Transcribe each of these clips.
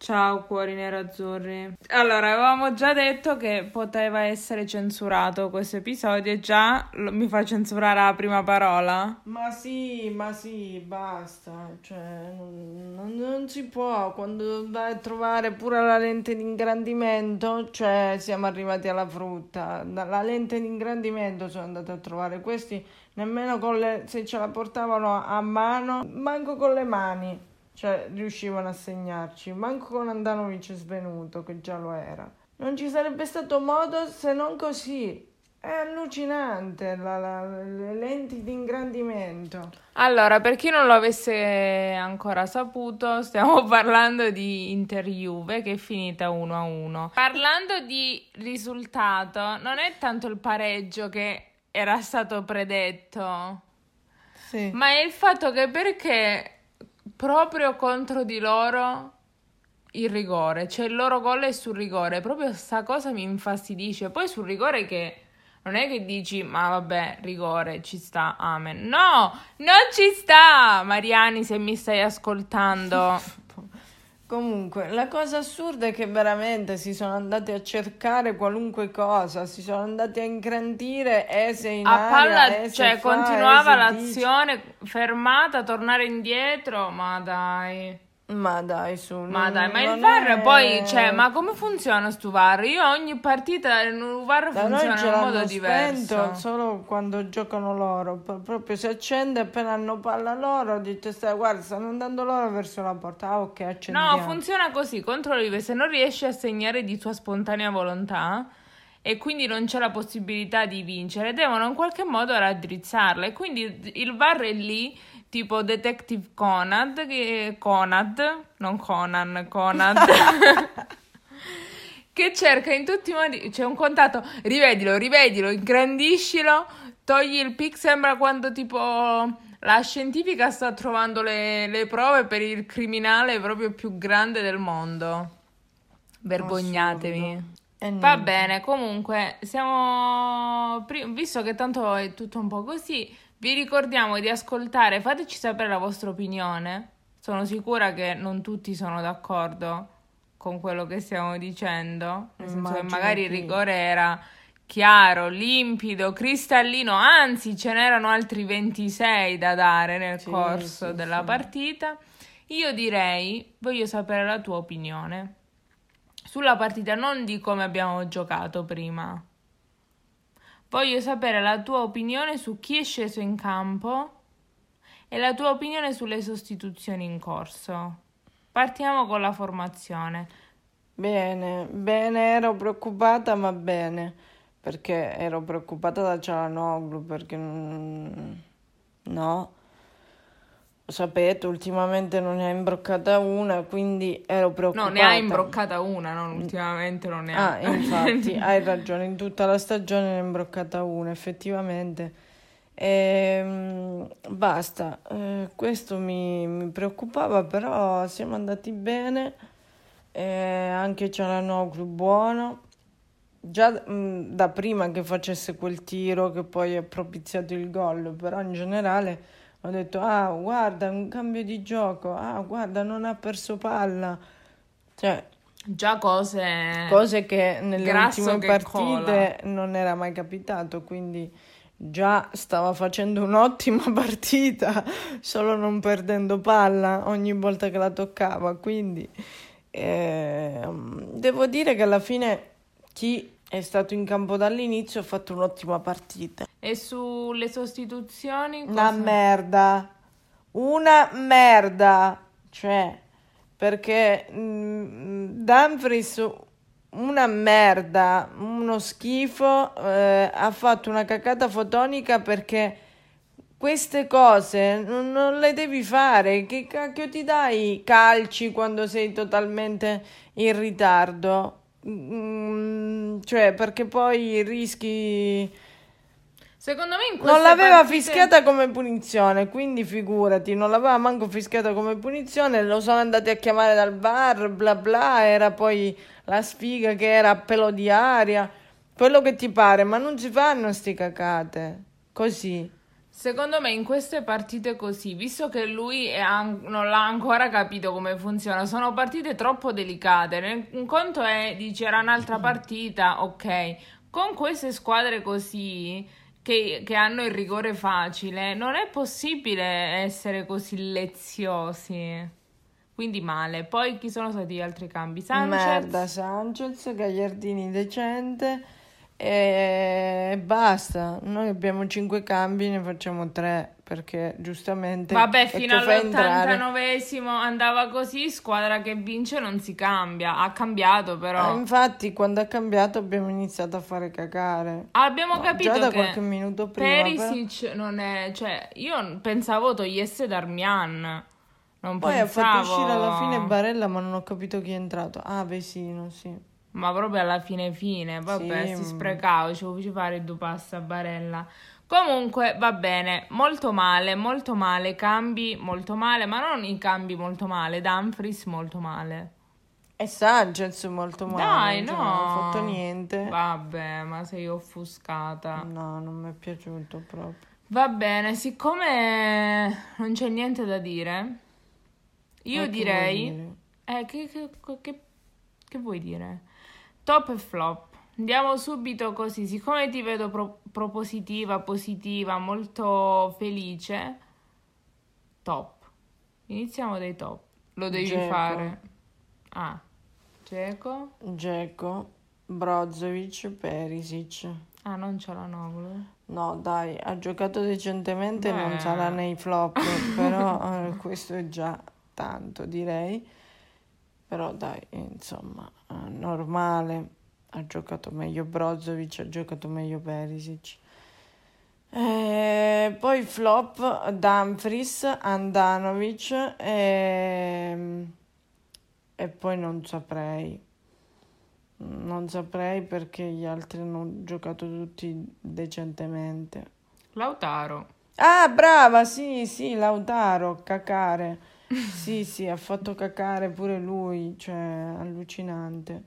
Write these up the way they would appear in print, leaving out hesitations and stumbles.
Ciao cuori nerazzurri. Allora, avevamo già detto che poteva essere censurato questo episodio e già mi fa censurare la prima parola. Ma sì, basta. Cioè, non si può. Quando vai a trovare pure la lente di ingrandimento, cioè siamo arrivati alla frutta. Dalla lente di ingrandimento sono andata a trovare questi, nemmeno se ce la portavano a mano, manco con le mani. Cioè, riuscivano a segnarci, manco con Andanovic svenuto, che già lo era. Non ci sarebbe stato modo se non così. È allucinante le lenti di ingrandimento. Allora, per chi non lo avesse ancora saputo, stiamo parlando di Inter-Juve che è finita 1-1. Parlando di risultato, non è tanto il pareggio che era stato predetto, Sì. ma è il fatto che perché proprio contro di loro il rigore, cioè il loro gol è sul rigore, proprio sta cosa mi infastidisce. Poi sul rigore che non è che dici ma vabbè, rigore, ci sta, amen. No, non ci sta, Mariani, se mi stai ascoltando. Comunque, la cosa assurda è che veramente si sono andati a cercare qualunque cosa, si sono andati a ingrandire ese in A aria, palla, ese cioè fa, continuava ese dice. l'azione, fermata, tornare indietro, ma dai. Ma dai, su. Ma dai, ma il non VAR è... poi, cioè, ma come funziona sto VAR? Io ogni partita il VAR Da noi funziona ce in un modo l'hanno diverso. spento solo quando giocano loro, proprio si accende appena hanno palla loro, dite guarda, stanno andando loro verso la porta, ah ok, accendiamo. No, funziona così, controlli se non riesci a segnare di tua spontanea volontà e quindi non c'è la possibilità di vincere, devono in qualche modo raddrizzarla e quindi il VAR è lì, tipo Detective Conad, non Conan, Conad, che cerca in tutti i modi, c'è un contatto, rivedilo, ingrandiscilo, togli il pic, sembra quando tipo la scientifica sta trovando le prove per il criminale proprio più grande del mondo. Vergognatevi. Va bene, comunque, visto che tanto è tutto un po' così, vi ricordiamo di ascoltare, fateci sapere la vostra opinione. Sono sicura che non tutti sono d'accordo con quello che stiamo dicendo, nel senso che magari il rigore era chiaro, limpido, cristallino, anzi ce n'erano altri 26 da dare nel corso della partita. Io direi, voglio sapere la tua opinione sulla partita, non di come abbiamo giocato prima. Voglio sapere la tua opinione su chi è sceso in campo e la tua opinione sulle sostituzioni in corso. Partiamo con la formazione. Bene, ero preoccupata, ma bene, perché ero preoccupata da Çalhanoğlu, perché no, sapete, ultimamente non ne ha imbroccata una, quindi ero preoccupata. No, ne ha imbroccata una, non ultimamente non ne ha. Ah, infatti, hai ragione, in tutta la stagione ne ha imbroccata una, effettivamente. Basta, questo mi preoccupava, però siamo andati bene, anche Çalhanoğlu buono, già da prima che facesse quel tiro che poi ha propiziato il gol, però in generale ho detto, ah guarda, un cambio di gioco, ah guarda, non ha perso palla, cioè già cose che nelle ultime partite non era mai capitato, quindi già stava facendo un'ottima partita, solo non perdendo palla ogni volta che la toccava, quindi devo dire che alla fine chi è stato in campo dall'inizio ha fatto un'ottima partita. E sulle sostituzioni? Una merda, cioè, perché Dumfries una merda, uno schifo, ha fatto una cacata fotonica, perché queste cose non le devi fare. Che cacchio ti dai calci quando sei totalmente in ritardo? Cioè, perché poi rischi... Secondo me in queste non l'aveva partite... fischiata come punizione, quindi figurati, non l'aveva manco fischiata come punizione, lo sono andati a chiamare dal VAR, bla bla, era poi la sfiga che era a pelo di aria, quello che ti pare, ma non si fanno sti cacate, così. Secondo me in queste partite così, visto che lui non l'ha ancora capito come funziona, sono partite troppo delicate. Un conto è, dici, era un'altra partita, ok. Con queste squadre così, che hanno il rigore facile, non è possibile essere così leziosi. Quindi male. Poi chi sono stati gli altri cambi? Merda, Sanchez, Gagliardini decente e basta. Noi abbiamo 5 cambi, ne facciamo 3 perché giustamente... Vabbè, e fino che fa entrare? all'89esimo andava così, squadra che vince non si cambia. Ha cambiato però. Infatti quando ha cambiato abbiamo iniziato a fare cagare. Abbiamo No, capito già da che qualche minuto prima, Perisic non è... Cioè, io pensavo togliesse Darmian. Non poi ha fatto pensavo... uscire alla fine Barella, ma non ho capito chi è entrato. Ah, Vesino, sì. Ma proprio alla fine. Vabbè, Sì, si sprecava, ci volevo fare due passi a Barella. Comunque, va bene, molto male, cambi molto male, ma non i cambi molto male, Dumfries molto male. E Sanchez molto male. Dai, cioè, no. non ha fatto niente. Vabbè, ma sei offuscata. No, non mi è piaciuto proprio. Va bene, siccome non c'è niente da dire, io Che direi... vuoi dire? Che vuoi dire? Top e flop. Andiamo subito così, siccome ti vedo propositiva, positiva, molto felice. Top. Iniziamo dai top. Lo devi Dzeko. fare. Ah, Dzeko, Brozovic, Perisic. Ah, non c'è la Noglu. No, dai, ha giocato decentemente, Beh. non sarà nei flop, però questo è già tanto, direi. Però dai, insomma, normale. Ha giocato meglio Brozovic, ha giocato meglio Perisic. Poi flop Dumfries, Andanovic e poi non saprei. Non saprei perché gli altri hanno giocato tutti decentemente. Lautaro. Ah, brava, sì, Lautaro, cacare. Sì, ha fatto cacare pure lui, cioè, allucinante.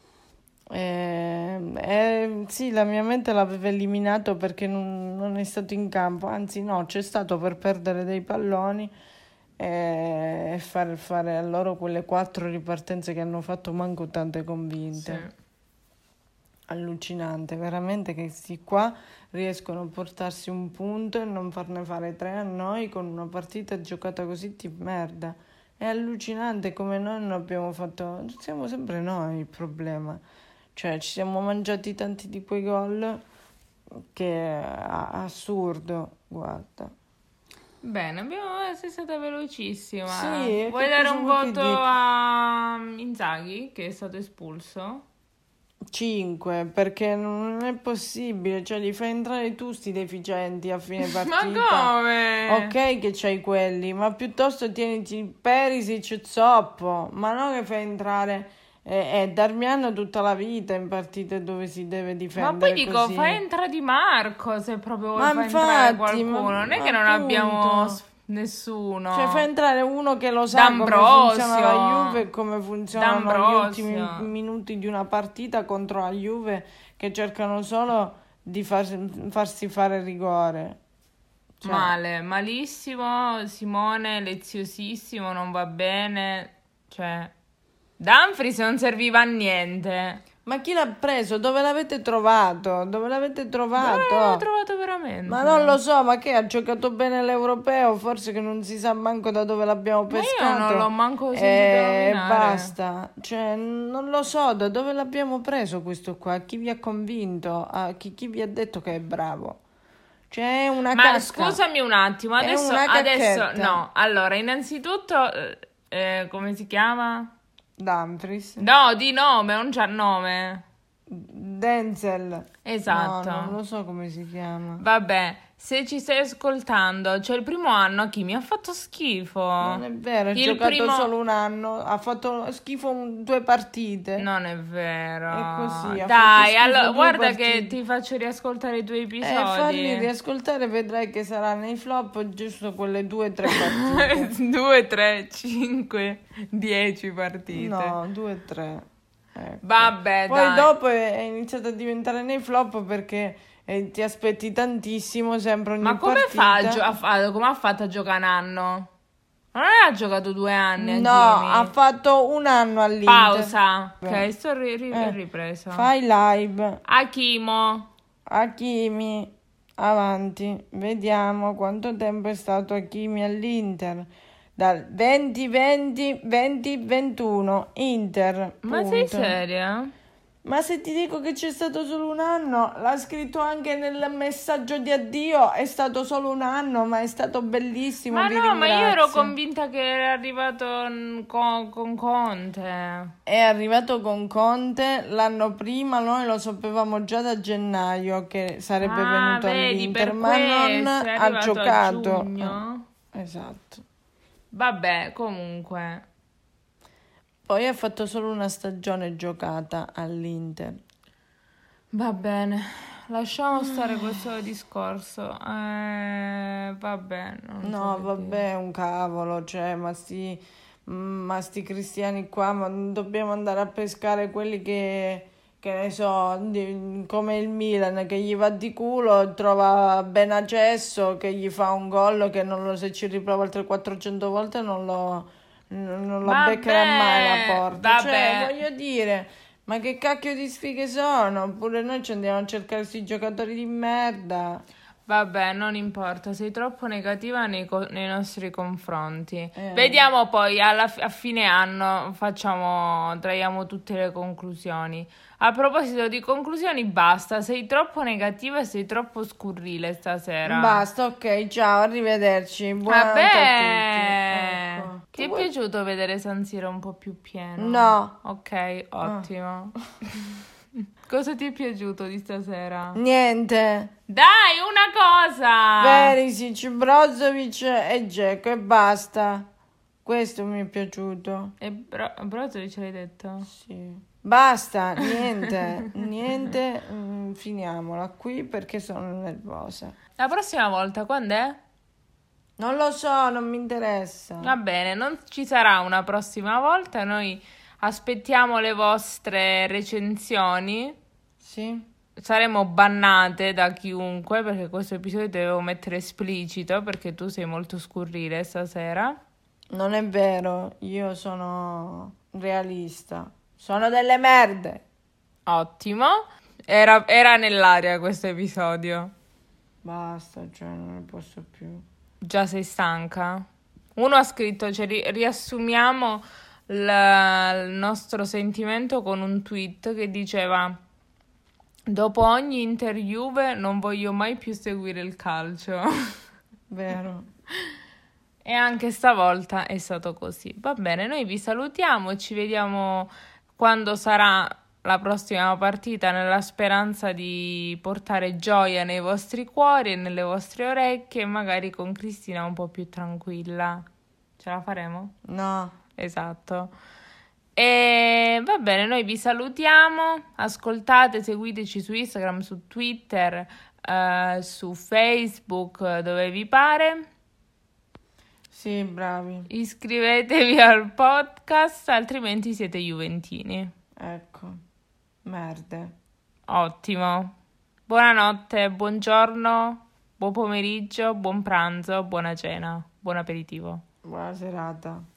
Sì, la mia mente l'aveva eliminato perché non è stato in campo, anzi no, c'è stato per perdere dei palloni e fare a loro quelle 4 ripartenze che hanno fatto manco tante convinte. Sì. Allucinante, veramente che questi qua riescono a portarsi un punto e non farne fare 3 a noi con una partita giocata così di merda. È allucinante come noi non abbiamo fatto, siamo sempre noi il problema. Cioè, ci siamo mangiati tanti di quei gol che è assurdo, guarda. Bene, sei stata velocissima. Sì, Vuoi che dare cosa un vuoi che voto dica? a Inzaghi, che è stato espulso? 5, perché non è possibile, cioè li fai entrare tu sti deficienti a fine Ma partita. come? Ok che c'hai quelli, ma piuttosto tieniti Perisic e Zoppo, ma non che fai entrare Darmian tutta la vita in partite dove si deve difendere. Ma poi dico, così. fai entrare Di Marco se proprio vuoi Ma far entrare infatti, qualcuno. Non è ma che non appunto. abbiamo nessuno. Cioè fai entrare uno che lo sa come D'Ambrosio. funziona la Juve e come funzionano gli D'Ambrosio. ultimi minuti di una partita contro la Juve, che cercano solo di farsi fare rigore. Cioè, Male, malissimo. Simone, leziosissimo, non va bene. Cioè, Dumfries non serviva a niente. ma chi l'ha preso? Dove l'avete trovato? Dove l'avete trovato? L'ho trovato veramente. Ma non lo so, ma che ha giocato bene l'europeo? Forse che non si sa manco da dove l'abbiamo Ma io pescato. non l'ho manco sentito E nominare. basta. Cioè, non lo so da dove l'abbiamo preso questo qua. Chi vi ha convinto? Chi vi ha detto che è bravo? Cioè, è una Ma cacca. scusami un attimo, È adesso una cacchetta. no. Allora, innanzitutto, come si chiama? Dumfries. No, di nome, non c'ha nome. Denzel. Esatto. No, non lo so come si chiama. Vabbè, se ci stai ascoltando, cioè il primo anno a chi mi ha fatto schifo. Non è vero, ha Il giocato primo- solo un anno, ha fatto schifo 2 partite. Non è vero. È così, ha Dai, fatto schifo allora 2 guarda che partite. ti faccio riascoltare i tuoi episodi. Falli riascoltare, vedrai che sarà nei flop giusto quelle 2 o 3 partite. 2, 3, 5, 10 partite. No, 2 o 3. Ecco. Vabbè, Poi dai. dopo è iniziato a diventare nei flop perché e ti aspetti tantissimo sempre ogni Ma come partita. come ha fatto a giocare un anno? Non ha giocato 2 anni No, Hakimi. ha fatto un anno all'Inter. Pausa. Ok, sto Eh, ripresa. Fai live. Hakimo. Hakimi, avanti. Vediamo quanto tempo è stato Hakimi all'Inter. Dal 2020-2021 Inter. Ma sei punto. seria? Ma se ti dico che c'è stato solo un anno, l'ha scritto anche nel messaggio di addio, è stato solo un anno, ma è stato bellissimo. Ma vi no, ma io ero ringrazio. convinta che era arrivato con Conte. È arrivato con Conte l'anno prima, noi lo sapevamo già da gennaio che sarebbe venuto Vedi, all'Inter, per ma non questo è ha arrivato a giocato. giugno. Esatto. Vabbè, comunque. Poi ha fatto solo una stagione giocata all'Inter. Va bene, lasciamo stare questo discorso. Vabbè, non so No, che vabbè, è un cavolo, cioè, ma sti cristiani qua, ma dobbiamo andare a pescare quelli che ne so, come il Milan, che gli va di culo, trova Benacesso, che gli fa un gol che non lo, se ci riprova altre 400 volte non la Vabbè, beccherà mai la porta. vabbè. Cioè, voglio dire, ma che cacchio di sfighe sono? Oppure noi ci andiamo a cercare questi giocatori di merda. Vabbè, non importa, sei troppo negativa nei nostri confronti. Vediamo poi a fine anno, traiamo tutte le conclusioni. A proposito di conclusioni, basta, sei troppo negativa e sei troppo scurrile stasera. Basta, ok, ciao, arrivederci. Buonanotte Vabbè, a tutti. Ecco. ti è piaciuto vedere San Siro un po' più pieno? No. Ok, ottimo. Cosa ti è piaciuto di stasera? Niente. Dai, una cosa! Perisic, Brozovic e Dzeko e basta. Questo mi è piaciuto. E Brozovic l'hai detto? Sì. Basta, niente, niente, finiamola qui perché sono nervosa. La prossima volta quando è? Non lo so, non mi interessa. Va bene, non ci sarà una prossima volta, noi aspettiamo le vostre recensioni. Sì? Saremo bannate da chiunque perché questo episodio devo mettere esplicito perché tu sei molto scurrile stasera. Non è vero, io sono realista. Sono delle merde. Ottimo. Era nell'aria questo episodio. Basta, cioè non ne posso più. Già sei stanca? Uno ha scritto, cioè, riassumiamo il nostro sentimento con un tweet che diceva: dopo ogni Inter-Juve non voglio mai più seguire il calcio. Vero. E anche stavolta è stato così. Va bene, noi vi salutiamo e ci vediamo quando sarà la prossima partita, nella speranza di portare gioia nei vostri cuori e nelle vostre orecchie e magari con Cristina un po' più tranquilla. Ce la faremo? No. Esatto. E va bene, noi vi salutiamo, ascoltate, seguiteci su Instagram, su Twitter, su Facebook, dove vi pare. Sì, bravi. Iscrivetevi al podcast, altrimenti siete juventini. Ecco. Merde. Ottimo. Buonanotte, buongiorno, buon pomeriggio, buon pranzo, buona cena, buon aperitivo. Buona serata.